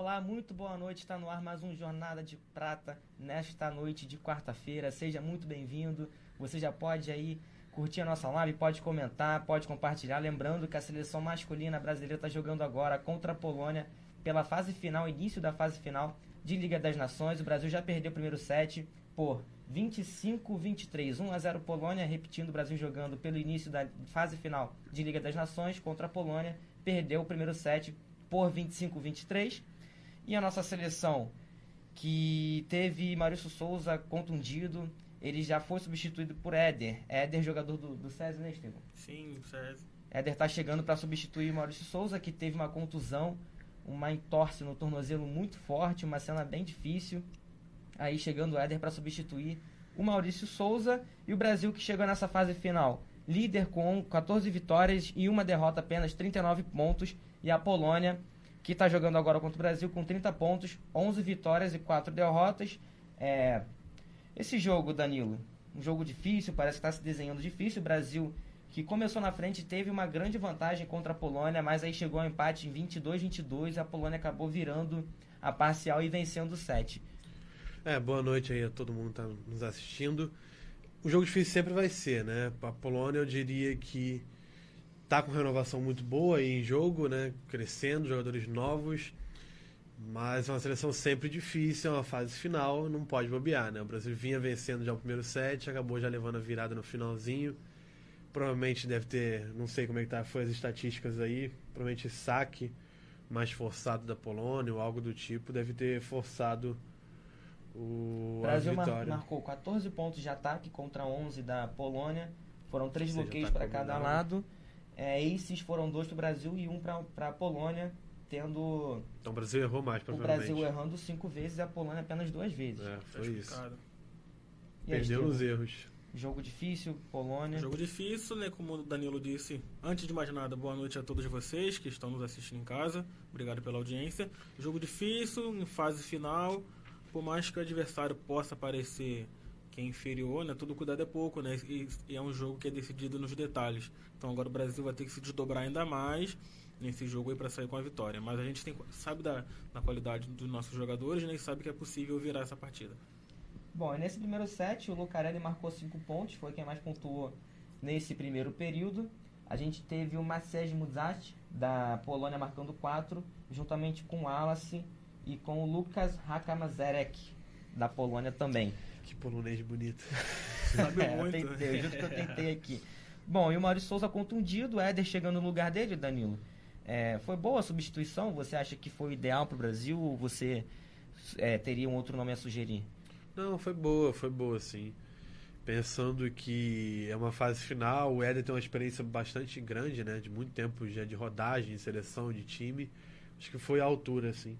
Olá, muito boa noite, está no ar mais um Jornada de Prata nesta noite de quarta-feira, seja muito bem-vindo, você já pode aí curtir a nossa live, pode comentar, pode compartilhar, lembrando que a seleção masculina brasileira está jogando agora contra a Polônia pela fase final, início da fase final de Liga das Nações. O Brasil já perdeu o primeiro set por 25-23, 1-0 Polônia, repetindo, o Brasil jogando pelo início da fase final de Liga das Nações contra a Polônia, perdeu o primeiro set por 25-23. E a nossa seleção, que teve Maurício Souza contundido, ele já foi substituído por Éder. Éder, jogador do César, né, Estevão? Sim, o César. Éder está chegando para substituir Maurício Souza, que teve uma contusão, uma entorse no tornozelo muito forte, uma cena bem difícil. Aí chegando o Éder para substituir o Maurício Souza. E o Brasil, que chegou nessa fase final, líder com 14 vitórias e uma derrota, apenas 39 pontos. E a Polônia, que está jogando agora contra o Brasil com 30 pontos, 11 vitórias e 4 derrotas. Esse jogo, Danilo, um jogo difícil, parece que está se desenhando difícil. O Brasil, que começou na frente, teve uma grande vantagem contra a Polônia, mas aí chegou ao empate em 22-22 e a Polônia acabou virando a parcial e vencendo o set. Boa noite aí a todo mundo que está nos assistindo. O jogo difícil sempre vai ser, né? A Polônia, eu diria que tá com renovação muito boa aí em jogo, né? Crescendo, jogadores novos, mas é uma seleção sempre difícil, é uma fase final, não pode bobear, né? O Brasil vinha vencendo já o primeiro set, acabou já levando a virada no finalzinho. Provavelmente deve ter, não sei como é que foi as estatísticas aí, provavelmente saque mais forçado da Polônia ou algo do tipo, deve ter forçado a vitória. O Brasil marcou 14 pontos de ataque contra 11 da Polônia, foram 3 bloqueios para cada lado. Aces foram 2 para o Brasil e 1 para a Polônia, tendo... Então o Brasil errou mais, provavelmente. O Brasil errando 5 vezes e a Polônia apenas 2 vezes. Foi isso. Perdeu nos erros. Jogo difícil, Polônia. Jogo difícil, né? Como o Danilo disse. Antes de mais nada, boa noite a todos vocês que estão nos assistindo em casa. Obrigado pela audiência. Jogo difícil, em fase final. Por mais que o adversário possa parecer que é inferior, né? Todo cuidado é pouco, né? E é um jogo que é decidido nos detalhes. Então agora o Brasil vai ter que se desdobrar ainda mais nesse jogo aí para sair com a vitória. Mas a gente sabe da qualidade dos nossos jogadores, né? E sabe que é possível virar essa partida. Bom, nesse primeiro set o Lucarelli marcou 5 pontos, foi quem mais pontuou nesse primeiro período. A gente teve o Maciej Muzac da Polônia marcando 4, juntamente com o Wallace e com o Lukas Hakamazerek da Polônia também. Que polonês bonito. Sabe muito. Eu juro que eu tentei aqui. Bom, e o Maurício Souza contundido, o Éder chegando no lugar dele, Danilo. Foi boa a substituição? Você acha que foi ideal para o Brasil ou você teria um outro nome a sugerir? Não, foi boa sim. Pensando que é uma fase final, o Éder tem uma experiência bastante grande, né? De muito tempo já de rodagem, de seleção, de time. Acho que foi à altura, sim.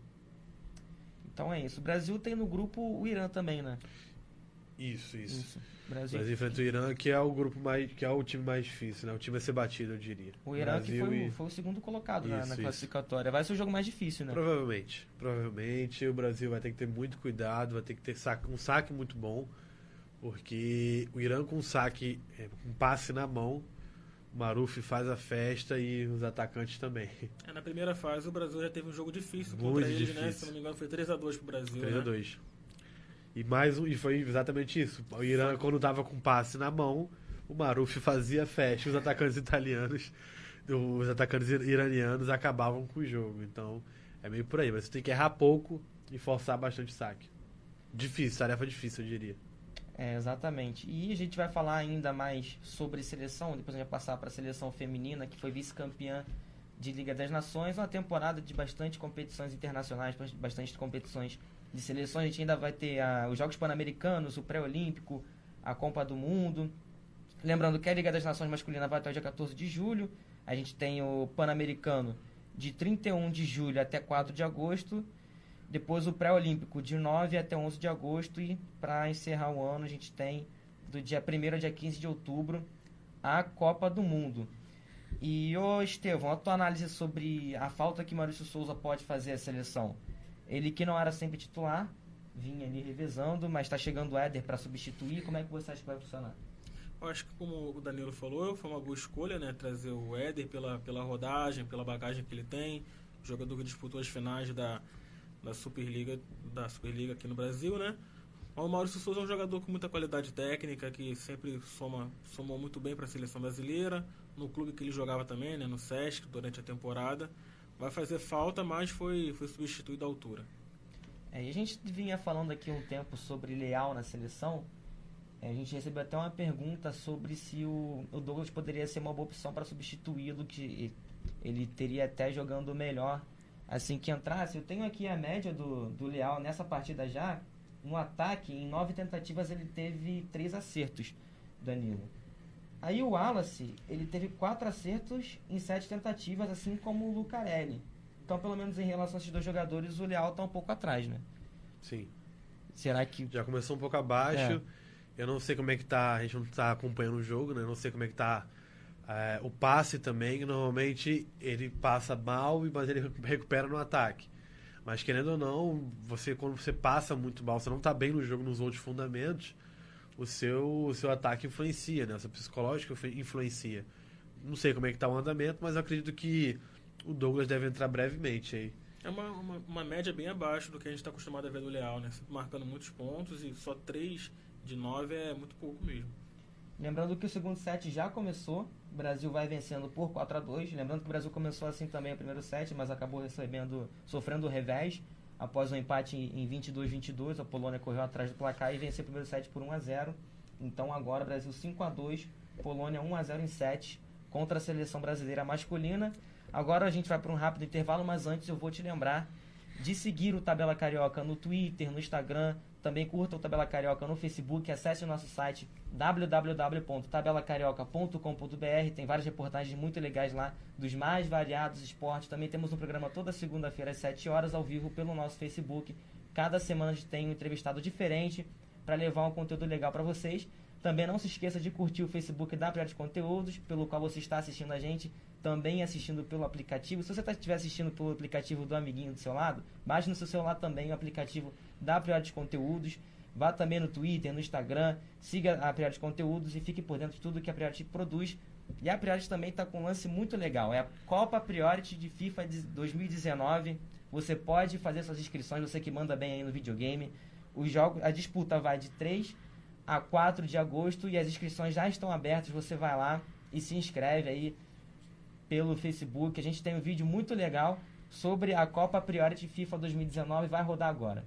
Então é isso. O Brasil tem no grupo o Irã também, né? Isso. Brasil enfrenta o Irã, que é o grupo que é o time mais difícil, né? O time a ser batido, eu diria. O Irã que foi o segundo colocado na classificatória. Vai ser o jogo mais difícil, né? Provavelmente o Brasil vai ter que ter muito cuidado, vai ter que ter um saque muito bom, porque o Irã com um passe na mão, o Maruf faz a festa e os atacantes também. Na primeira fase o Brasil já teve um jogo difícil contra eles, né? Se não me engano foi 3-2 pro Brasil. 3-2. E foi exatamente isso. O Irã, quando estava com passe na mão, o Maruf fazia festa, os atacantes iranianos acabavam com o jogo. Então, é meio por aí. Mas você tem que errar pouco e forçar bastante saque. Tarefa difícil, eu diria. Exatamente. E a gente vai falar ainda mais sobre seleção, depois a gente vai passar para a seleção feminina, que foi vice-campeã de Liga das Nações, uma temporada de bastante competições internacionais, bastante competições de seleções. A gente ainda vai ter os Jogos Pan-Americanos, o Pré-Olímpico, a Copa do Mundo. Lembrando que a Liga das Nações masculina vai até o dia 14 de julho. A gente tem o Pan-Americano de 31 de julho até 4 de agosto. Depois o Pré-Olímpico de 9 até 11 de agosto. E para encerrar o ano a gente tem do dia 1º ao dia 15 de outubro a Copa do Mundo. E, Estevão, a tua análise sobre a falta que Maurício Souza pode fazer à seleção? Ele que não era sempre titular, vinha ali revezando, mas está chegando o Éder para substituir. Como é que você acha que vai funcionar? Eu acho que, como o Danilo falou, foi uma boa escolha, né? Trazer o Éder pela rodagem, pela bagagem que ele tem. Jogador que disputou as finais da da Superliga aqui no Brasil, né? O Maurício Souza é um jogador com muita qualidade técnica, que sempre somou muito bem para a seleção brasileira, no clube que ele jogava também, né? No Sesc, durante a temporada. Vai fazer falta, mas foi substituído à altura. E a gente vinha falando aqui um tempo sobre Leal na seleção. A gente recebeu até uma pergunta sobre se o Douglas poderia ser uma boa opção para substituí-lo, que ele teria até jogando melhor assim que entrasse. Eu tenho aqui a média do Leal nessa partida já. No ataque, em 9 tentativas, ele teve 3 acertos, Danilo. Aí o Wallace, ele teve 4 acertos em 7 tentativas, assim como o Lucarelli. Então, pelo menos em relação a esses dois jogadores, o Leal está um pouco atrás, né? Sim. Será que... Já começou um pouco abaixo. Eu não sei como é que tá, a gente não está acompanhando o jogo, né? Eu não sei como é que tá o passe também. Normalmente ele passa mal, mas ele recupera no ataque. Mas querendo ou não, quando você passa muito mal, você não está bem no jogo nos outros fundamentos, o seu ataque influencia, né? O seu psicológico influencia. Não sei como é que está o andamento, mas eu acredito que o Douglas deve entrar brevemente aí. É uma média bem abaixo do que a gente está acostumado a ver do Leal, né? Sempre marcando muitos pontos e só 3 de 9 é muito pouco mesmo. Lembrando que o segundo set já começou, o Brasil vai vencendo por 4-2. Lembrando que o Brasil começou assim também o primeiro set, mas acabou sofrendo o revés. Após um empate em 22-22, a Polônia correu atrás do placar e venceu o primeiro set por 1-0. Então agora Brasil 5-2, Polônia 1-0 em set contra a seleção brasileira masculina. Agora a gente vai para um rápido intervalo, mas antes eu vou te lembrar de seguir o Tabela Carioca no Twitter, no Instagram. Também curta o Tabela Carioca no Facebook, acesse o nosso site www.tabelacarioca.com.br. Tem várias reportagens muito legais lá dos mais variados esportes. Também temos um programa toda segunda-feira às 7 horas ao vivo pelo nosso Facebook. Cada semana a gente tem um entrevistado diferente para levar um conteúdo legal para vocês. Também não se esqueça de curtir o Facebook da Priori Conteúdos, pelo qual você está assistindo a gente, também assistindo pelo aplicativo. Se você estiver assistindo pelo aplicativo do amiguinho do seu lado, baixe no seu celular também o aplicativo da Priori Conteúdos. Vá também no Twitter, no Instagram, siga a Priori Conteúdos e fique por dentro de tudo que a Priori produz. E a Priori também está com um lance muito legal, é a Copa Priority de FIFA de 2019. Você pode fazer suas inscrições, você que manda bem aí no videogame. A disputa vai de 3 a 4 de agosto e as inscrições já estão abertas. Você vai lá e se inscreve aí pelo Facebook. A gente tem um vídeo muito legal sobre a Copa Priority FIFA 2019, vai rodar agora.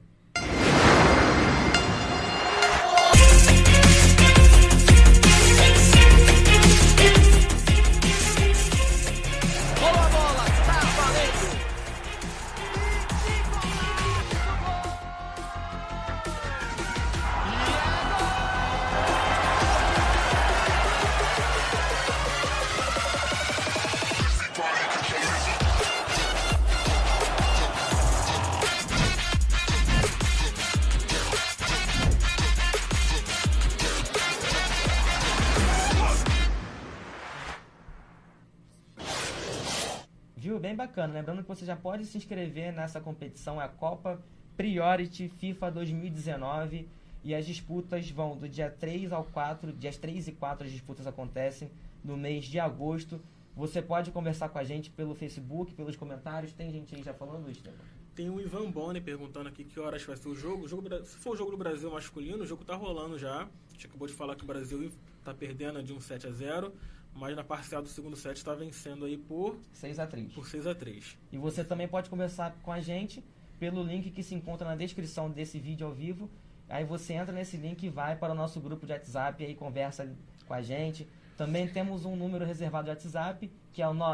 Bem bacana, lembrando que você já pode se inscrever nessa competição, é a Copa Priority FIFA 2019 e as disputas vão do dia 3 ao 4, dias 3 e 4 as disputas acontecem no mês de agosto. Você pode conversar com a gente pelo Facebook, pelos comentários, tem gente aí já falando, Esteban? Tem o Ivan Boni perguntando aqui que horas vai ser o jogo. Se for o jogo do Brasil masculino, o jogo tá rolando já. A gente acabou de falar que o Brasil tá perdendo de 1-7-0. Mas na parcial do segundo set está vencendo aí por 6-3. E você também pode conversar com a gente pelo link que se encontra na descrição desse vídeo ao vivo. Aí você entra nesse link e vai para o nosso grupo de WhatsApp e aí conversa com a gente. Também temos um número reservado de WhatsApp, que é o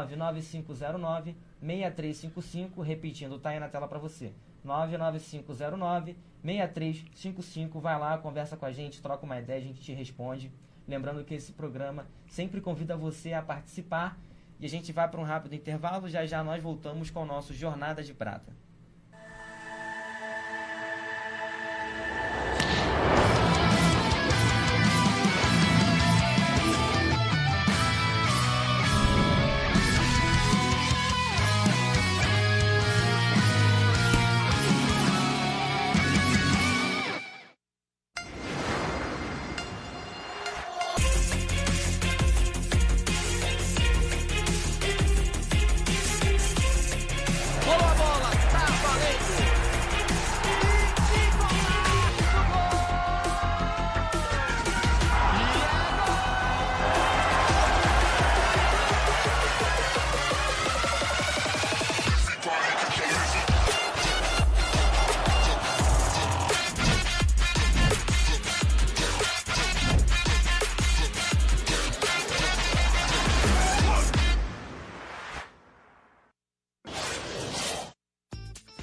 99509-6355. Repetindo, está aí na tela para você. 99509-6355. Vai lá, conversa com a gente, troca uma ideia, a gente te responde. Lembrando que esse programa sempre convida você a participar. E a gente vai para um rápido intervalo. Já já nós voltamos com o nosso Jornada de Prata. Rolou a bola, tá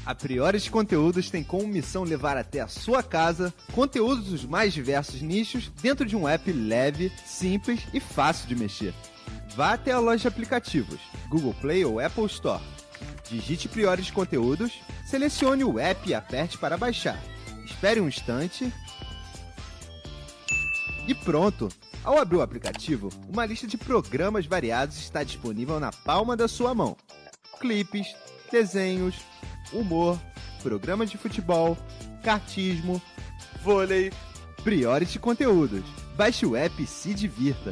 A Priores Conteúdos tem como missão levar até a sua casa conteúdos dos mais diversos nichos dentro de um app leve, simples e fácil de mexer. Vá até a loja de aplicativos, Google Play ou Apple Store. Digite Priores Conteúdos, selecione o app e aperte para baixar. Espere um instante e pronto! Ao abrir o aplicativo, uma lista de programas variados está disponível na palma da sua mão. Clipes, desenhos, humor, programas de futebol, kartismo, vôlei, Priority Conteúdos. Baixe o app e se divirta.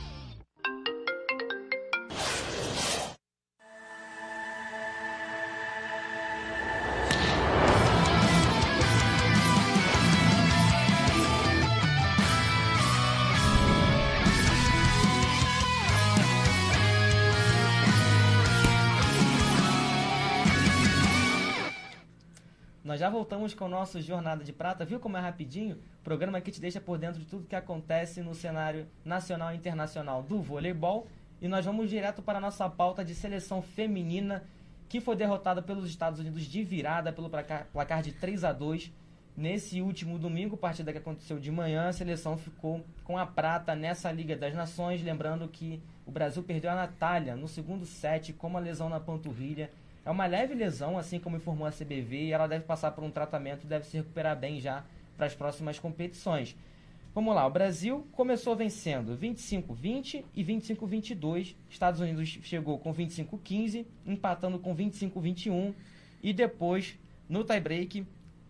Nós já voltamos com o nosso Jornada de Prata. Viu como é rapidinho? Programa que te deixa por dentro de tudo que acontece no cenário nacional e internacional do voleibol. E nós vamos direto para a nossa pauta de seleção feminina, que foi derrotada pelos Estados Unidos de virada pelo placar de 3-2. Nesse último domingo, partida que aconteceu de manhã, a seleção ficou com a prata nessa Liga das Nações. Lembrando que o Brasil perdeu a Natália no segundo set com uma lesão na panturrilha. É uma leve lesão, assim como informou a CBV, e ela deve passar por um tratamento e deve se recuperar bem já para as próximas competições. Vamos lá, o Brasil começou vencendo 25-20 e 25-22. Estados Unidos chegou com 25-15, empatando com 25-21 e depois, no tie-break,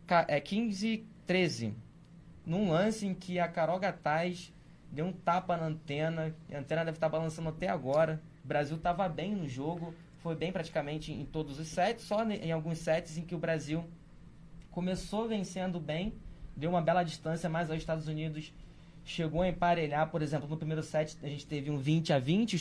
15-13. Num lance em que a Carol Gataz deu um tapa na antena, a antena deve estar balançando até agora. O Brasil estava bem no jogo, foi bem praticamente em todos os sets, só em alguns sets em que o Brasil começou vencendo bem, deu uma bela distância, mas os Estados Unidos chegou a emparelhar. Por exemplo, no primeiro set a gente teve um 20-20,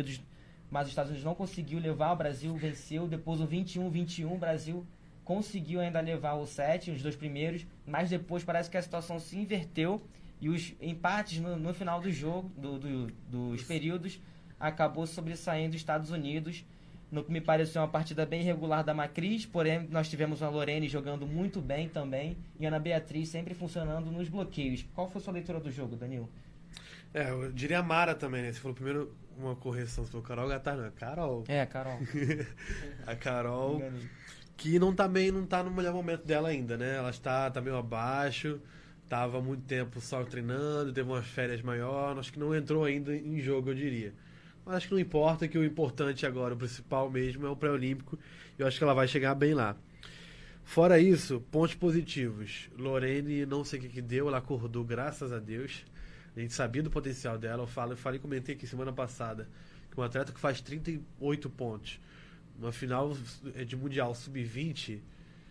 mas os Estados Unidos não conseguiu levar, o Brasil venceu. Depois um 21-21, o Brasil conseguiu ainda levar o set, os dois primeiros, mas depois parece que a situação se inverteu e os empates no final do jogo, dos períodos, acabou sobressaindo os Estados Unidos. No que me pareceu uma partida bem regular da Macris, porém nós tivemos a Lorene jogando muito bem também e a Ana Beatriz sempre funcionando nos bloqueios. Qual foi a sua leitura do jogo, Danilo? Eu diria a Mara também, né? Você falou primeiro uma correção, você falou Carol Gattar, não é Carol. É, a Carol. A Carol, que não tá no melhor momento dela ainda, né? Ela tá meio abaixo, tava há muito tempo só treinando, teve umas férias maiores, acho que não entrou ainda em jogo, eu diria. Mas acho que não importa, que o importante agora, o principal mesmo, é o pré-olímpico. E eu acho que ela vai chegar bem lá. Fora isso, pontos positivos. Lorene, não sei o que deu, ela acordou, graças a Deus. A gente sabia do potencial dela. Eu falei, comentei aqui semana passada, que um atleta que faz 38 pontos, uma final de Mundial Sub-20,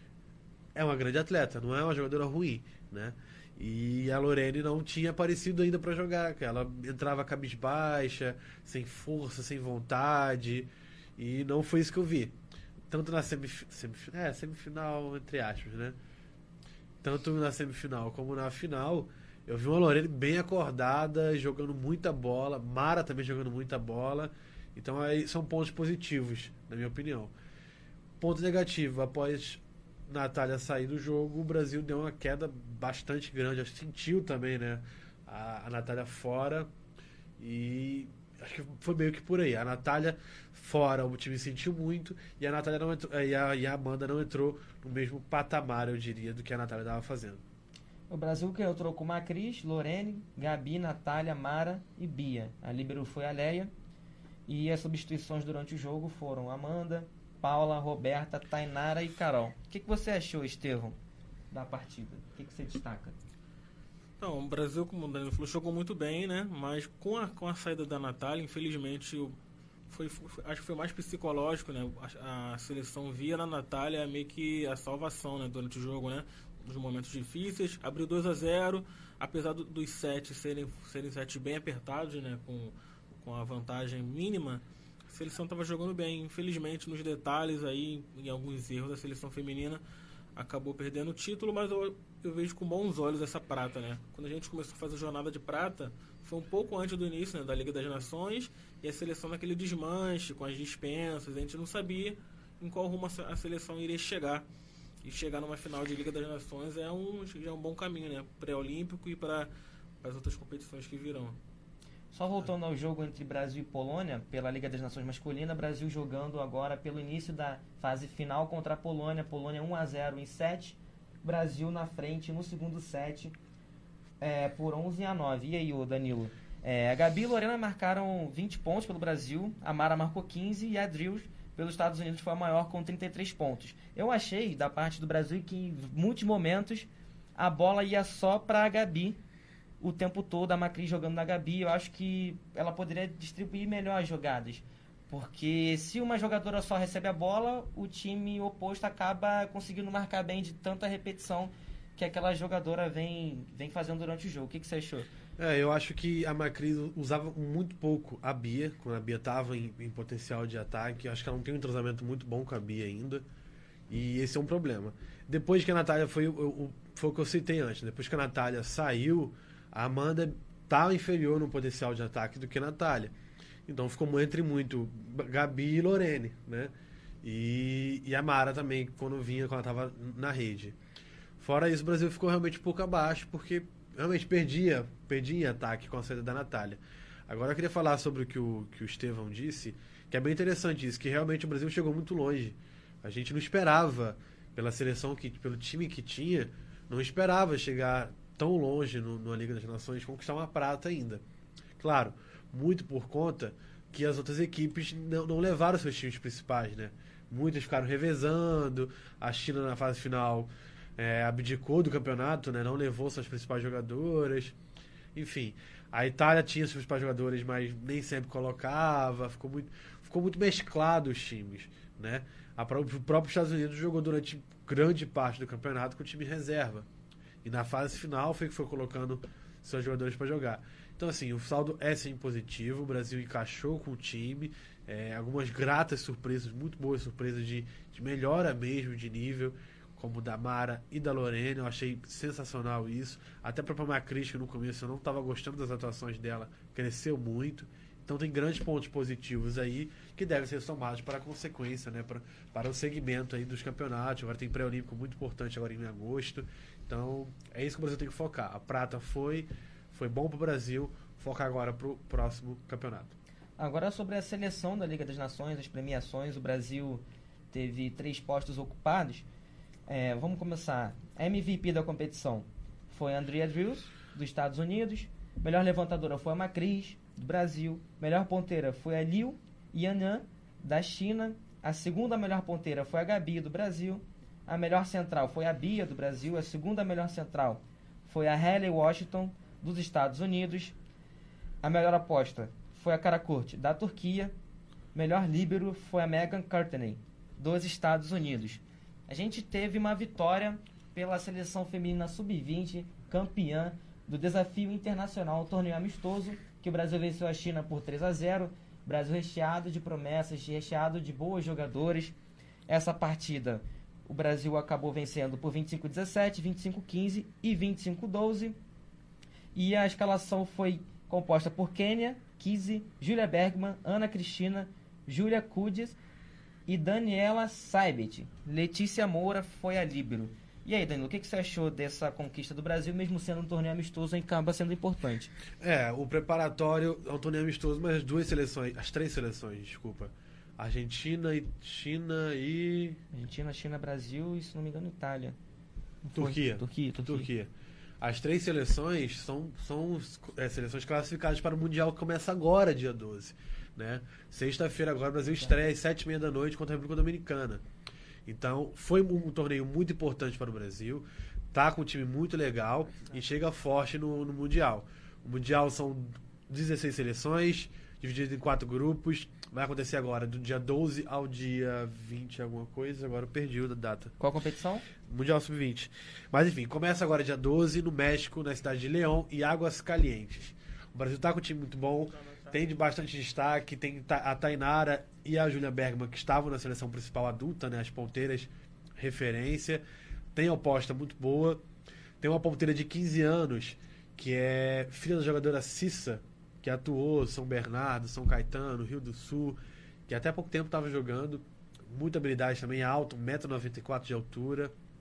é uma grande atleta, não é uma jogadora ruim, né? E a Lorene não tinha aparecido ainda para jogar, ela entrava cabisbaixa, sem força, sem vontade, e não foi isso que eu vi. Tanto na semifinal, entre aspas, né? Tanto na semifinal como na final, eu vi uma Lorene bem acordada, jogando muita bola, Mara também jogando muita bola, então aí são pontos positivos, na minha opinião. Ponto negativo, após Natália sair do jogo, o Brasil deu uma queda bastante grande. Acho que sentiu também, né? A Natália fora. E acho que foi meio que por aí. A Natália fora, o time sentiu muito. E a Natália não entrou, e a Amanda não entrou no mesmo patamar, eu diria, do que a Natália estava fazendo. O Brasil que entrou com Macris, Lorene, Gabi, Natália, Mara e Bia. A líbero foi a Leia. E as substituições durante o jogo foram Amanda, Paula, Roberta, Tainara e Carol. O que você achou, Estevão, da partida? O que você destaca? Então, o Brasil, como o Danilo falou, jogou muito bem, né? Mas com a saída da Natália, infelizmente, acho que foi mais psicológico, né? A seleção via na Natália meio que a salvação, né? Durante o jogo, né? Nos momentos difíceis. Abriu 2-0, apesar dos sets serem sets bem apertados, né? Com a vantagem mínima, a seleção estava jogando bem. Infelizmente, nos detalhes aí, em alguns erros, a seleção feminina acabou perdendo o título, mas eu vejo com bons olhos essa prata, né? Quando a gente começou a fazer a jornada de prata, foi um pouco antes do início, né, da Liga das Nações, e a seleção naquele desmanche, com as dispensas, a gente não sabia em qual rumo a seleção iria chegar. E chegar numa final de Liga das Nações já é um bom caminho, né? Pré-olímpico e para as outras competições que virão. Só voltando ao jogo entre Brasil e Polônia, pela Liga das Nações masculina, Brasil jogando agora pelo início da fase final contra a Polônia. Polônia 1-0 em 7, Brasil na frente no segundo set por 11-9. E aí, Danilo? A Gabi e Lorena marcaram 20 pontos pelo Brasil, a Mara marcou 15 e a Drills pelos Estados Unidos foi a maior com 33 pontos. Eu achei, da parte do Brasil, que em muitos momentos a bola ia só para a Gabi o tempo todo, a Macri jogando na Gabi. Eu acho que ela poderia distribuir melhor as jogadas, porque se uma jogadora só recebe a bola, o time oposto acaba conseguindo marcar bem de tanta repetição que aquela jogadora vem fazendo durante o jogo. O que você achou? Eu acho que a Macri usava muito pouco a Bia, quando a Bia estava em potencial de ataque. Eu acho que ela não tem um entrosamento muito bom com a Bia ainda, e esse é um problema. Depois que a Natália foi o que eu citei antes, depois que a Natália saiu, a Amanda estava inferior no potencial de ataque do que a Natália. Então ficou entre muito Gabi e Lorene, né? E a Mara também, quando ela estava na rede. Fora isso, o Brasil ficou realmente um pouco abaixo, porque realmente perdia em ataque com a saída da Natália. Agora eu queria falar sobre o que o Estevão disse, que é bem interessante isso, que realmente o Brasil chegou muito longe. A gente não esperava, pela seleção, pelo time que tinha, não esperava chegar tão longe na Liga das Nações, conquistar uma prata ainda. Claro, muito por conta que as outras equipes não levaram seus times principais, né? Muitas ficaram revezando, a China na fase final abdicou do campeonato, né? Não levou suas principais jogadoras. Enfim, a Itália tinha seus principais jogadores, mas nem sempre colocava. Ficou muito mesclado os times, né? O próprio Estados Unidos jogou durante grande parte do campeonato com o time reserva. E na fase final foi colocando seus jogadores para jogar. Então, assim, o saldo é sim positivo. O Brasil encaixou com o time. Algumas gratas surpresas, muito boas surpresas de melhora mesmo de nível, como da Mara e da Lorena. Eu achei sensacional isso. Até a própria Macris, que no começo eu não estava gostando das atuações dela, cresceu muito. Então tem grandes pontos positivos aí que devem ser somados para a consequência, né, para o segmento aí dos campeonatos. Agora tem pré-olímpico muito importante agora em agosto. Então é isso que o Brasil tem que focar. A prata foi bom para o Brasil, focar agora para o próximo campeonato. Agora sobre a seleção da Liga das Nações, as premiações, o Brasil teve 3 postos ocupados. Vamos começar. A MVP da competição foi a Andrea Drills, dos Estados Unidos. Melhor levantadora foi a Macris, do Brasil. Melhor ponteira foi a Liu Yan'an, da China. A segunda melhor ponteira foi a Gabi, do Brasil. A melhor central foi a Bia, do Brasil. A segunda melhor central foi a Hayley Washington, dos Estados Unidos. A melhor aposta foi a Karakurt, da Turquia. Melhor líbero foi a Megan Courtney, dos Estados Unidos. A gente teve uma vitória pela seleção feminina sub-20, campeã do desafio internacional, torneio amistoso, que o Brasil venceu a China por 3-0. Brasil recheado de promessas, recheado de boas jogadoras. Essa partida o Brasil acabou vencendo por 25-17, 25-15 e 25-12. E a escalação foi composta por Kênia, Kizzy, Júlia Bergman, Ana Cristina, Júlia Kudis e Daniela Saibet. Letícia Moura foi a líbero. E aí, Danilo, o que você achou dessa conquista do Brasil, mesmo sendo um torneio amistoso, acaba sendo importante? O preparatório é um torneio amistoso, mas as três seleções, desculpa. Argentina, China, Brasil e, se não me engano, Itália. Turquia. As 3 seleções são seleções classificadas para o Mundial que começa agora, dia 12. Né? Sexta-feira agora o Brasil estreia às 7h30 da noite contra a República Dominicana. Então foi um torneio muito importante para o Brasil. Tá com um time muito legal e chega forte no Mundial. O Mundial são 16 seleções, dividido em 4 grupos. Vai acontecer agora, do dia 12 ao dia 20, alguma coisa. Agora eu perdi a data. Qual a competição? Mundial Sub-20. Mas enfim, começa agora dia 12 no México, na cidade de León e Águas Calientes. O Brasil tá com um time muito bom, tem de bastante destaque. Tem a Tainara e a Júlia Bergman, que estavam na seleção principal adulta, né, as ponteiras referência. Tem a oposta muito boa. Tem uma ponteira de 15 anos, que é filha da jogadora Cissa, que atuou São Bernardo, São Caetano, Rio do Sul, que até há pouco tempo estava jogando. Muita habilidade também, alto, 1,94 m de altura.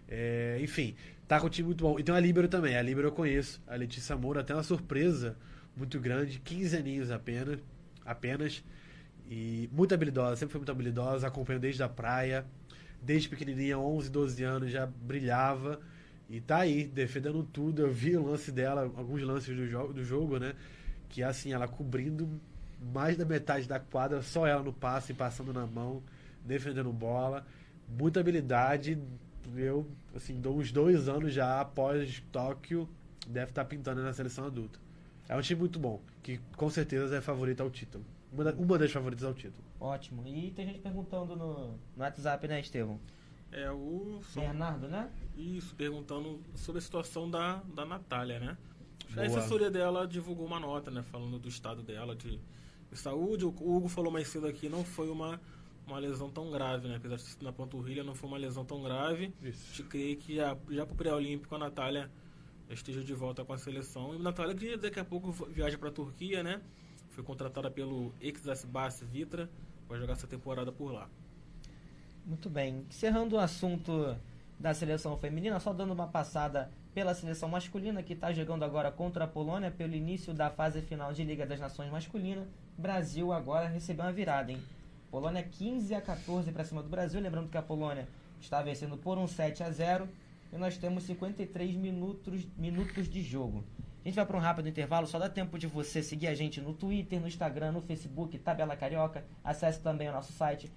Enfim, tá com um time muito bom. E tem uma líbero também, a líbero eu conheço, a Letícia Moura, até uma surpresa muito grande, 15 aninhos apenas, e muito habilidosa, sempre foi muito habilidosa, acompanho desde a praia, desde pequenininha, 11, 12 anos, já brilhava, e tá aí, defendendo tudo. Eu vi o lance dela, alguns lances do jogo, né, que assim, ela cobrindo mais da metade da quadra, só ela no passe, passando na mão, defendendo bola, muita habilidade. Eu, assim, dou uns 2 anos já após Tóquio, deve estar pintando na seleção adulta. É um time muito bom, que com certeza é favorito ao título. Uma das favoritas ao título. Ótimo. E tem gente perguntando no WhatsApp, né, Estevão? Bernardo, né? Isso, perguntando sobre a situação da Natália, né? Boa. A assessoria dela divulgou uma nota, né, falando do estado dela de saúde. O Hugo falou mais cedo aqui, não foi uma lesão tão grave, né? Apesar de ser na panturrilha, não foi uma lesão tão grave. Isso. A gente crê que já para o pré-olímpico a Natália esteja de volta com a seleção. E a Natália, que daqui a pouco viaja para a Turquia, né? Foi contratada pelo Ekzasbas Vitra, vai jogar essa temporada por lá. Muito bem. Encerrando o assunto da seleção feminina, só dando uma passada pela seleção masculina, que está jogando agora contra a Polônia pelo início da fase final de Liga das Nações masculina. Brasil agora recebeu uma virada, hein? Polônia 15-14 para cima do Brasil. Lembrando que a Polônia está vencendo por 7-0 e nós temos 53 minutos de jogo. A gente vai para um rápido intervalo, só dá tempo de você seguir a gente no Twitter, no Instagram, no Facebook, Tabela Carioca. Acesse também o nosso site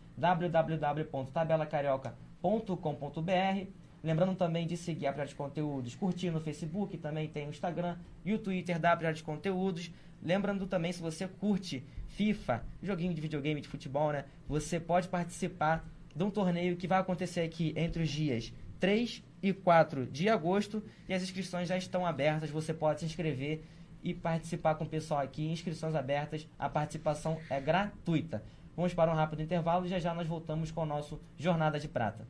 www.tabelacarioca.com.br. Lembrando também de seguir a Priori de Conteúdos, curtir no Facebook, também tem o Instagram e o Twitter da Priori de Conteúdos. Lembrando também, se você curte FIFA, joguinho de videogame, de futebol, né? Você pode participar de um torneio que vai acontecer aqui entre os dias 3 e 4 de agosto, e as inscrições já estão abertas. Você pode se inscrever e participar com o pessoal aqui. Inscrições abertas, a participação é gratuita. Vamos para um rápido intervalo e já nós voltamos com o nosso Jornada de Prata.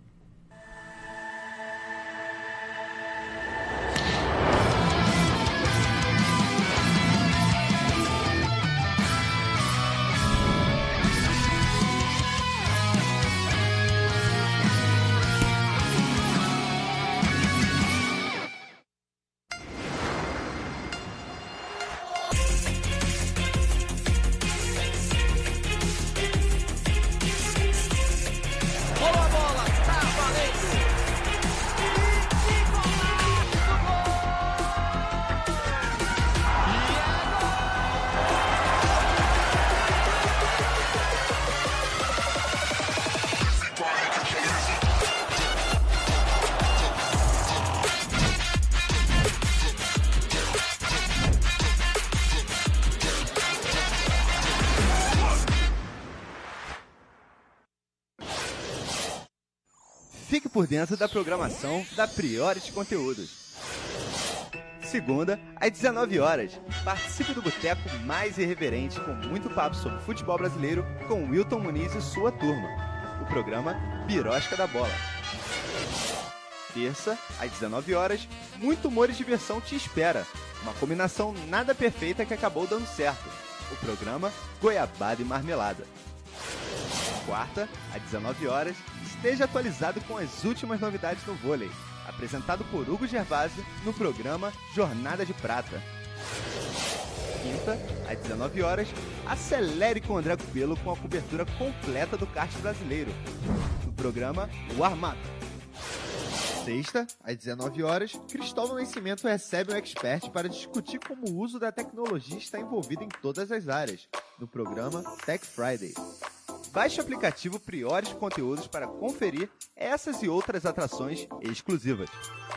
Fique por dentro da programação da Priori de Conteúdos. Segunda, às 19 horas, participe do boteco mais irreverente com muito papo sobre futebol brasileiro com Wilton Muniz e sua turma. O programa Birosca da Bola. Terça, às 19 horas, muito humor e diversão te espera. Uma combinação nada perfeita que acabou dando certo. O programa Goiabada e Marmelada. Quarta, às 19 horas, esteja atualizado com as últimas novidades no vôlei. Apresentado por Hugo Gervásio no programa Jornada de Prata. Quinta, às 19 horas, acelere com o André Cupelo com a cobertura completa do kart brasileiro. No programa Warm Up. Sexta, às 19 horas, Cristóvão Nascimento recebe um expert para discutir como o uso da tecnologia está envolvido em todas as áreas. No programa Tech Friday. Baixe o aplicativo Priori de Conteúdos para conferir essas e outras atrações exclusivas.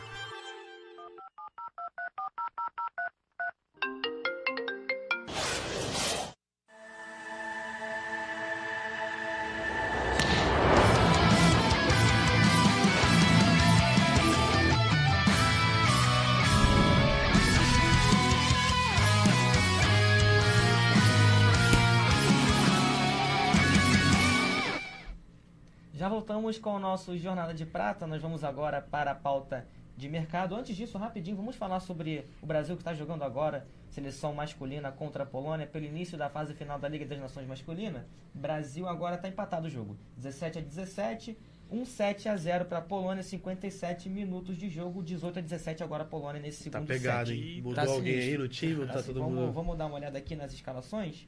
Já voltamos com o nosso Jornada de Prata. Nós vamos agora para a pauta de mercado. Antes disso, rapidinho, vamos falar sobre o Brasil que está jogando agora, seleção masculina contra a Polônia, pelo início da fase final da Liga das Nações masculina. Brasil agora está empatado o jogo, 17-17. Um 7-0 para a Polônia, 57 minutos de jogo, 18-17 agora a Polônia nesse Tá segundo pegado, set. hein? Mudou Tá alguém sinistro. aí no time? Ou tá Assim, todo mundo... vamos dar uma olhada aqui nas escalações.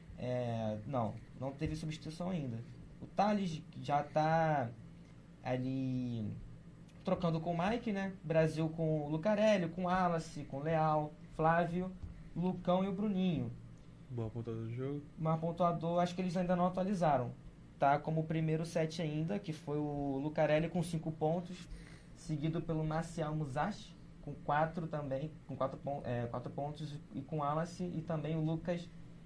Não teve substituição ainda. O Thales já tá ali trocando com o Mike, né? Brasil com o Lucarelli, com o Wallace, com o Leal, Flávio, Lucão e o Bruninho. Bom pontuador do jogo. Mas pontuador, acho que eles ainda não atualizaram. Tá como o primeiro set ainda, que foi o Lucarelli com 5 pontos, seguido pelo Marcial Musashi, com 4 também, com 4 pontos, e com Wallace, e também o Lucas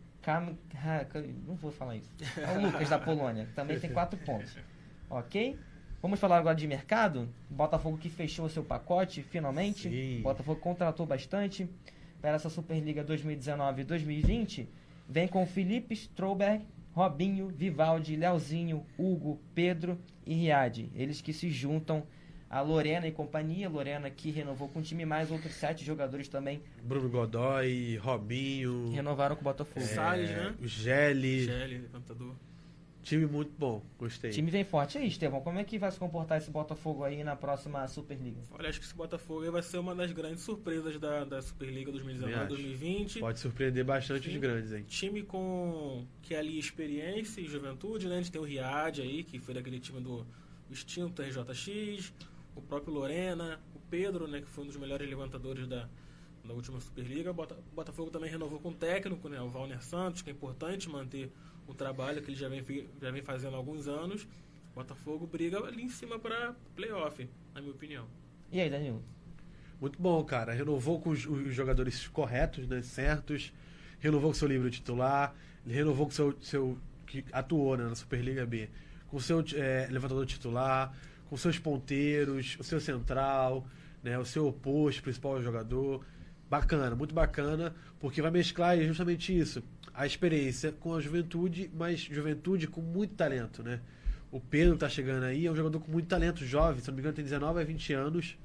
não vou falar isso. É o Lucas da Polônia, que também tem 4 pontos. Ok? Vamos falar agora de mercado. Botafogo que fechou o seu pacote, finalmente. Sim. Botafogo contratou bastante para essa Superliga 2019 e 2020. Vem com Felipe Stroberg, Robinho, Vivaldi, Leozinho, Hugo, Pedro e Riad. Eles que se juntam a Lorena e companhia. Lorena que renovou com o time, mais outros 7 jogadores também Bruno Godoy, Robinho, renovaram com o Botafogo. Salles, né? o Gelli. Levantador. Time muito bom, gostei. O time vem forte. E aí, Estevão, como é que vai se comportar esse Botafogo aí na próxima Superliga? Olha, acho que esse Botafogo aí vai ser uma das grandes surpresas da Superliga 2019-2020. Pode surpreender bastante os grandes, hein? Time que é ali experiência e juventude, né? A gente tem o Riad aí, que foi daquele time do extinto RJX, o próprio Lorena, o Pedro, né? Que foi um dos melhores levantadores da última Superliga. O Botafogo também renovou com o técnico, né? O Valner Santos, que é importante manter o trabalho que ele já vem fazendo há alguns anos. O Botafogo briga ali em cima para playoff, na minha opinião. E aí, Danilo? Muito bom, cara. Renovou com os jogadores corretos, né, certos. Renovou com o seu livro titular. Renovou com o seu que atuou, né, na Superliga B. Com o seu levantador titular. Com seus ponteiros. O seu central. Né, o seu oposto, principal jogador. Bacana, muito bacana. Porque vai mesclar justamente isso. A experiência com a juventude, mas juventude com muito talento, né? O Pedro tá chegando aí, é um jogador com muito talento, jovem, se não me engano tem 19 a 20 anos.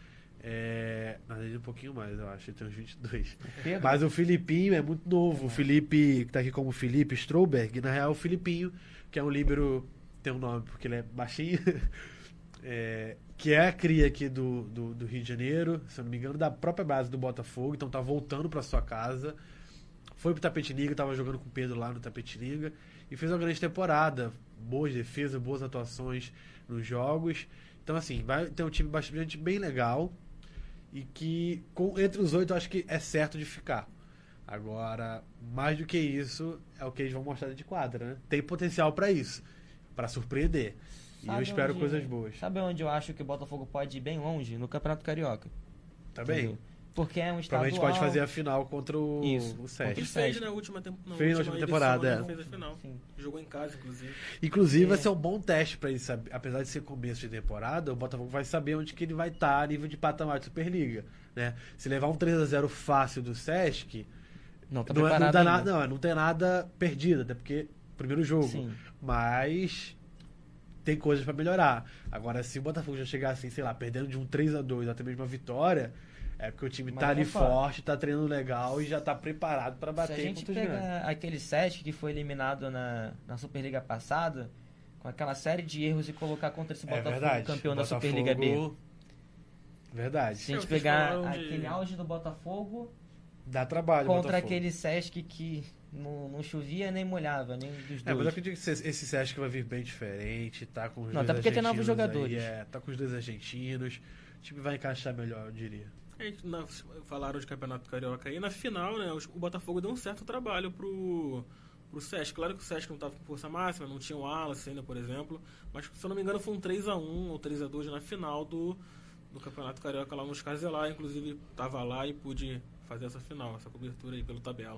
Um pouquinho mais, eu acho, ele tem uns 22. Pedro? Mas o Filipinho é muito novo. O Felipe, que tá aqui como Felipe Stroberg, na real o Filipinho, que é um líbero, tem um nome porque ele é baixinho, que é a cria aqui do Rio de Janeiro, se eu não me engano, da própria base do Botafogo, então tá voltando pra sua casa. Foi pro Tapetininga, tava jogando com o Pedro lá no Tapetininga e fez uma grande temporada. Boas defesas, boas atuações nos jogos. Então, assim, vai ter um time bastante bem legal e que, entre os 8, eu acho que é certo de ficar. Agora, mais do que isso, é o que eles vão mostrar de quadra, né? Tem potencial pra isso, pra surpreender. E eu espero coisas boas. Sabe onde eu acho que o Botafogo pode ir bem longe? No Campeonato Carioca. Tá bem? Entendeu? Porque é um estadual. Provavelmente pode fazer a final contra o Sesc. Ele fez na última temporada. Fez na última temporada, Ele fez a final. Sim. Jogou em casa, inclusive. Inclusive, vai ser um bom teste pra ele saber. Apesar de ser começo de temporada, o Botafogo vai saber onde que ele vai estar a nível de patamar de Superliga. Né? Se levar um 3-0 fácil do Sesc, Não tá não preparado dá ainda. nada, não tem nada perdido, até porque primeiro jogo. Sim. Mas tem coisas pra melhorar. Agora, se o Botafogo já chegar assim, sei lá, perdendo de um 3-2 até mesmo uma vitória, é porque o time tá ali forte, tá treinando legal e já tá preparado pra Se bater a gente contra os grandes. pegar aquele Sesc que foi eliminado na Superliga passada, com aquela série de erros e colocar contra esse Botafogo campeão da Superliga B. Verdade. Se a gente Vocês pegar falaram de- aquele auge do Botafogo Dá trabalho, contra Botafogo. aquele Sesc que não chovia nem molhava, nem dos Mas dois. eu acredito que esse Sesc vai vir bem diferente, tá com os Não, dois até porque tem novos argentinos jogadores. aí, tá com os dois argentinos. O time vai encaixar melhor, eu diria. Falaram de Campeonato Carioca aí. Na final, né, o Botafogo deu um certo trabalho pro Sesc. Claro que o Sesc não estava com força máxima, não tinha o Wallace ainda, por exemplo. Mas, se eu não me engano, foi um 3-1 ou 3-2 na final do Campeonato Carioca lá nos Caselar. Inclusive, estava lá e pude fazer essa final, essa cobertura aí pelo tabela.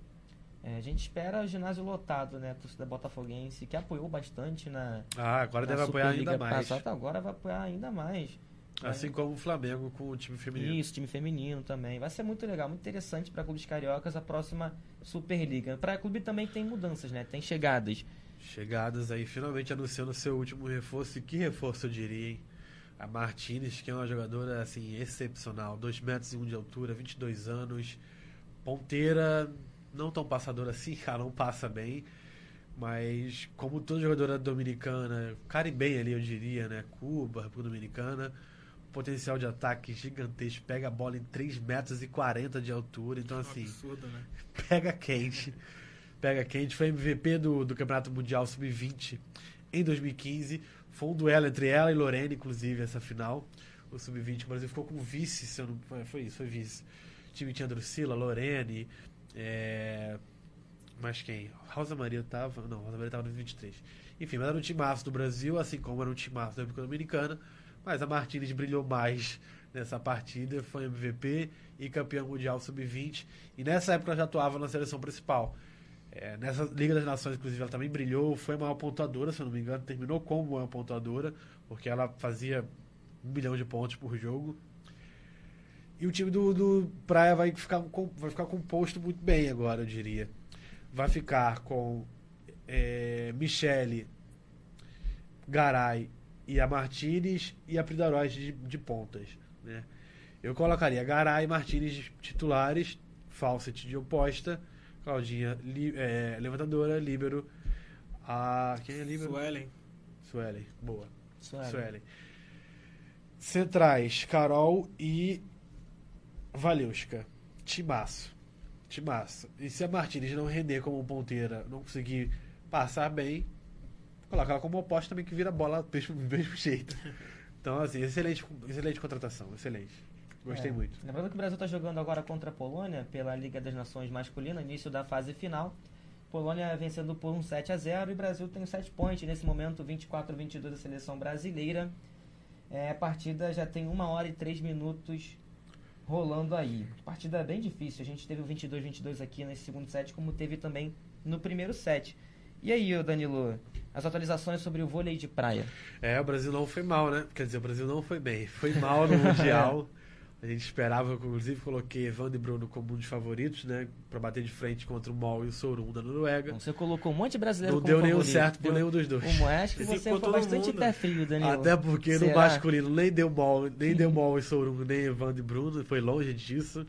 A gente espera o ginásio lotado, né? A torcida botafoguense, que apoiou bastante na Agora na deve apoiar Superliga ainda mais. passada, agora vai apoiar ainda mais. Assim como o Flamengo com o time feminino. Isso, time feminino também. Vai ser muito legal, muito interessante para clubes cariocas a próxima Superliga. Para clube também tem mudanças, né? Tem chegadas. Chegadas aí, finalmente anunciando seu último reforço. E que reforço eu diria, hein? A Martínez, que é uma jogadora assim, excepcional. 2,1 metros de altura, 22 anos. Ponteira, não tão passadora assim, ela não passa bem. Mas, como toda jogadora dominicana, caribenha ali, eu diria, né? Cuba, República Dominicana, potencial de ataque gigantesco, pega a bola em 3,40 metros de altura. Então, assim, absurdo, né? pega quente. Foi MVP do Campeonato Mundial Sub-20 em 2015. Foi um duelo entre ela e Lorene, inclusive, essa final. O Sub-20, o Brasil ficou com vice, se eu não... Foi vice. O time tinha Drusila, Lorene, mas quem? Rosa Maria tava... Não, Rosa Maria tava no 23. Enfim, mas era um timaço do Brasil, assim como era um timaço da República Dominicana. Mas a Martínez brilhou mais nessa partida, foi MVP e campeã mundial Sub-20. E nessa época ela já atuava na seleção principal. Nessa Liga das Nações, inclusive, ela também brilhou, foi a maior pontuadora, se eu não me engano, terminou como maior pontuadora, porque ela fazia 1 milhão de pontos por jogo. E o time do Praia vai ficar composto muito bem agora, eu diria. Vai ficar com Michele, Garay e a Martínez e a Pridaroz de pontas, né? Eu colocaria Garay e Martínez titulares, Fawcett de oposta, Claudinha levantadora, líbero, quem é líbero? Suelen, boa. Suelen. Centrais, Carol e Valeuska. Timaço. E se a Martínez não render como ponteira, não conseguir passar bem, colocar ela como oposta também, que vira bola do mesmo jeito. Então, assim, excelente contratação, excelente. Gostei muito. Lembrando que o Brasil está jogando agora contra a Polônia pela Liga das Nações masculina, início da fase final. Polônia vencendo por 7-0 e o Brasil tem 7 pontos nesse momento, 24-22 da seleção brasileira. A partida já tem 1 hora e 3 minutos rolando aí. Partida bem difícil. A gente teve o 22-22 aqui nesse segundo set, como teve também no primeiro set. E aí, Danilo, as atualizações sobre o vôlei de praia? O Brasil não foi mal, né? Quer dizer, o Brasil não foi bem. Foi mal no Mundial. A gente esperava, inclusive coloquei Evandro e Bruno como um dos favoritos, né? Pra bater de frente contra o Mol e o Sorum da Noruega. Você colocou um monte de brasileiro não como deu favorito. nenhum certo por nenhum dos dois. Acho que você foi bastante pé frio, Danilo. Até porque no masculino nem deu Mol e Sorum, nem Evandro e Bruno, foi longe disso.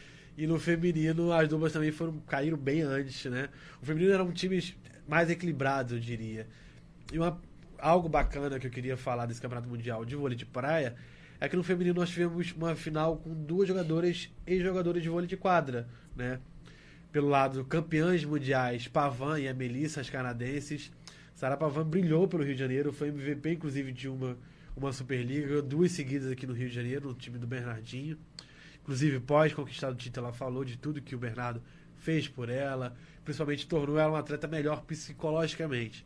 E no feminino as duplas também caíram bem antes, né? O feminino eram times mais equilibrados, eu diria. E algo bacana que eu queria falar desse Campeonato Mundial de vôlei de praia é que no feminino nós tivemos uma final com 2 jogadoras e jogadoras de vôlei de quadra, né? Pelo lado, campeãs mundiais, Pavan e a Melissa, as canadenses. Sara Pavan brilhou pelo Rio de Janeiro, foi MVP, inclusive, de uma Superliga, 2 seguidas aqui no Rio de Janeiro, no time do Bernardinho. Inclusive, pós conquistar o título, ela falou de tudo que o Bernardo fez por ela, principalmente tornou ela uma atleta melhor psicologicamente.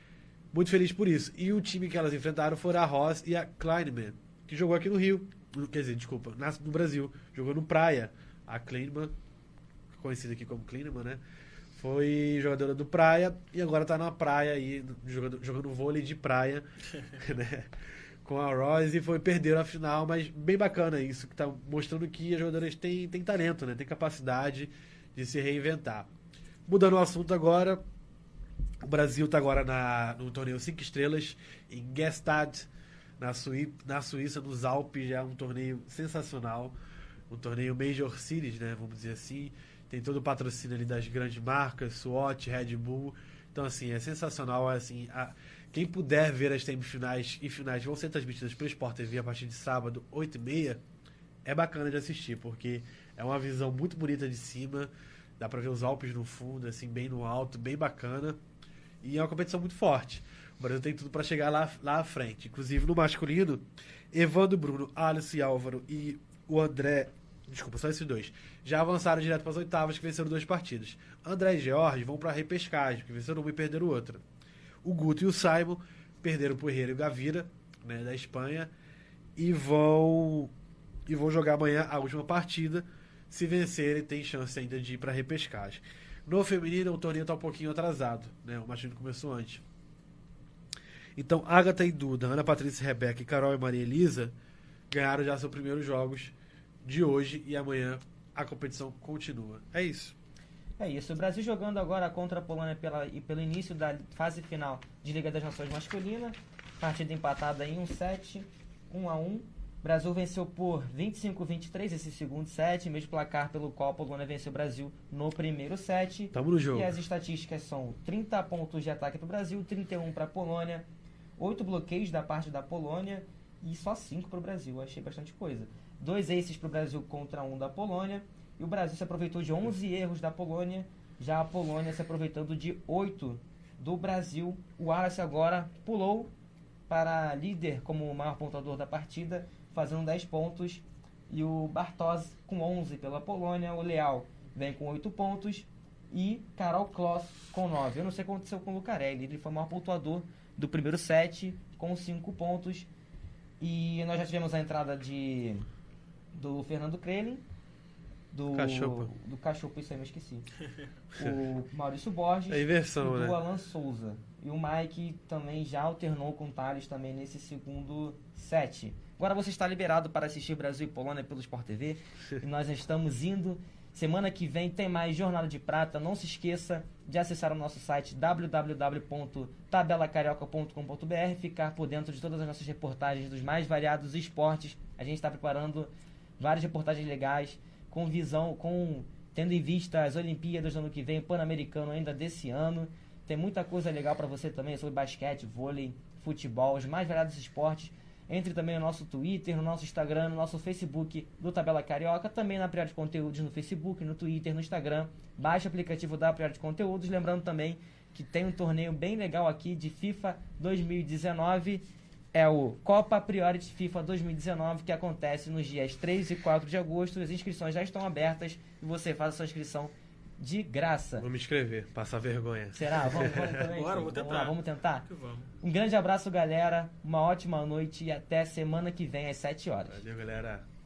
Muito feliz por isso. E o time que elas enfrentaram foram a Ross e a Kleinman, que jogou aqui no Rio, quer dizer, desculpa, no Brasil, jogou no Praia. A Kleinman, conhecida aqui como Kleinman, né? Foi jogadora do Praia e agora tá na praia aí, jogando vôlei de praia, né? Com a Ross e perderam a final, mas bem bacana isso, que tá mostrando que as jogadoras têm talento, né? Tem capacidade de se reinventar. Mudando o assunto agora, o Brasil tá agora no torneio 5 estrelas em Gstaad, na Suíça, nos Alpes. Já é um torneio sensacional, um torneio Major Series, né, vamos dizer assim. Tem todo o patrocínio ali das grandes marcas, SWAT, Red Bull. Então, assim, é sensacional. Assim, quem puder ver as semifinais e finais vão ser transmitidas pelo Sport TV a partir de sábado, 8h30. É bacana de assistir, porque é uma visão muito bonita de cima. Dá pra ver os Alpes no fundo, assim, bem no alto, bem bacana. E é uma competição muito forte. O Brasil tem tudo para chegar lá à frente. Inclusive, no masculino, Evandro, Bruno, Alisson e Álvaro e o André... Desculpa, só esses 2. Já avançaram direto para as oitavas, que venceram 2 partidas. André e George vão para a repescagem, que venceram uma e perderam outra. O Guto e o Simon perderam pro Herrera e o Gavira, né, da Espanha, e vão jogar amanhã a última partida. Se vencerem, tem chance ainda de ir para a repescagem. No feminino, o torneio está um pouquinho atrasado, né? O masculino começou antes. Então, Agatha e Duda, Ana Patrícia, Rebeca e Carol e Maria Elisa ganharam já seus primeiros jogos de hoje e amanhã a competição continua. É isso. É isso. O Brasil jogando agora contra a Polônia pelo início da fase final de Liga das Nações masculina. Partida empatada em 1-7, 1-1. O Brasil venceu por 25-23 esse segundo set, mesmo placar pelo qual a Polônia venceu o Brasil no primeiro set. Tamo no jogo. E as estatísticas são 30 pontos de ataque para o Brasil, 31 para a Polônia, 8 bloqueios da parte da Polônia e só 5 para o Brasil. Achei bastante coisa. 2 aces para o Brasil contra 1 da Polônia. E o Brasil se aproveitou de 11 erros da Polônia, já a Polônia se aproveitando de 8 do Brasil. O Wallace agora pulou para líder como o maior pontuador da partida, fazendo 10 pontos. E o Bartosz com 11 pela Polônia. O Leal vem com 8 pontos. E Karol Kloss com 9. Eu não sei o que aconteceu com o Lucarelli. Ele foi o maior pontuador do primeiro set com 5 pontos. E nós já tivemos a entrada do Fernando Krelin. Do Cachopo, isso aí eu me esqueci. O Maurício Borges é inversão, e do né? Alan Souza. E o Mike também já alternou com o Thales também nesse segundo set. Agora você está liberado para assistir Brasil e Polônia pelo Sport TV. E nós estamos indo. Semana que vem tem mais Jornada de Prata. Não se esqueça de acessar o nosso site www.tabelacarioca.com.br, ficar por dentro de todas as nossas reportagens dos mais variados esportes. A gente está preparando várias reportagens legais, tendo em vista as Olimpíadas do ano que vem, o Pan-Americano ainda desse ano. Tem muita coisa legal para você também sobre basquete, vôlei, futebol, os mais variados esportes. Entre também no nosso Twitter, no nosso Instagram, no nosso Facebook do Tabela Carioca, também na Priori de Conteúdos no Facebook, no Twitter, no Instagram. Baixe o aplicativo da Priori de Conteúdos. Lembrando também que tem um torneio bem legal aqui de FIFA 2019. É o Copa Priority FIFA 2019, que acontece nos dias 3 e 4 de agosto. As inscrições já estão abertas e você faz a sua inscrição de graça. Vou me inscrever, passar vergonha. Será? Vamos também? Bora, Vamos tentar? Vamos. Um grande abraço, galera. Uma ótima noite e até semana que vem às 7 horas. Valeu, galera.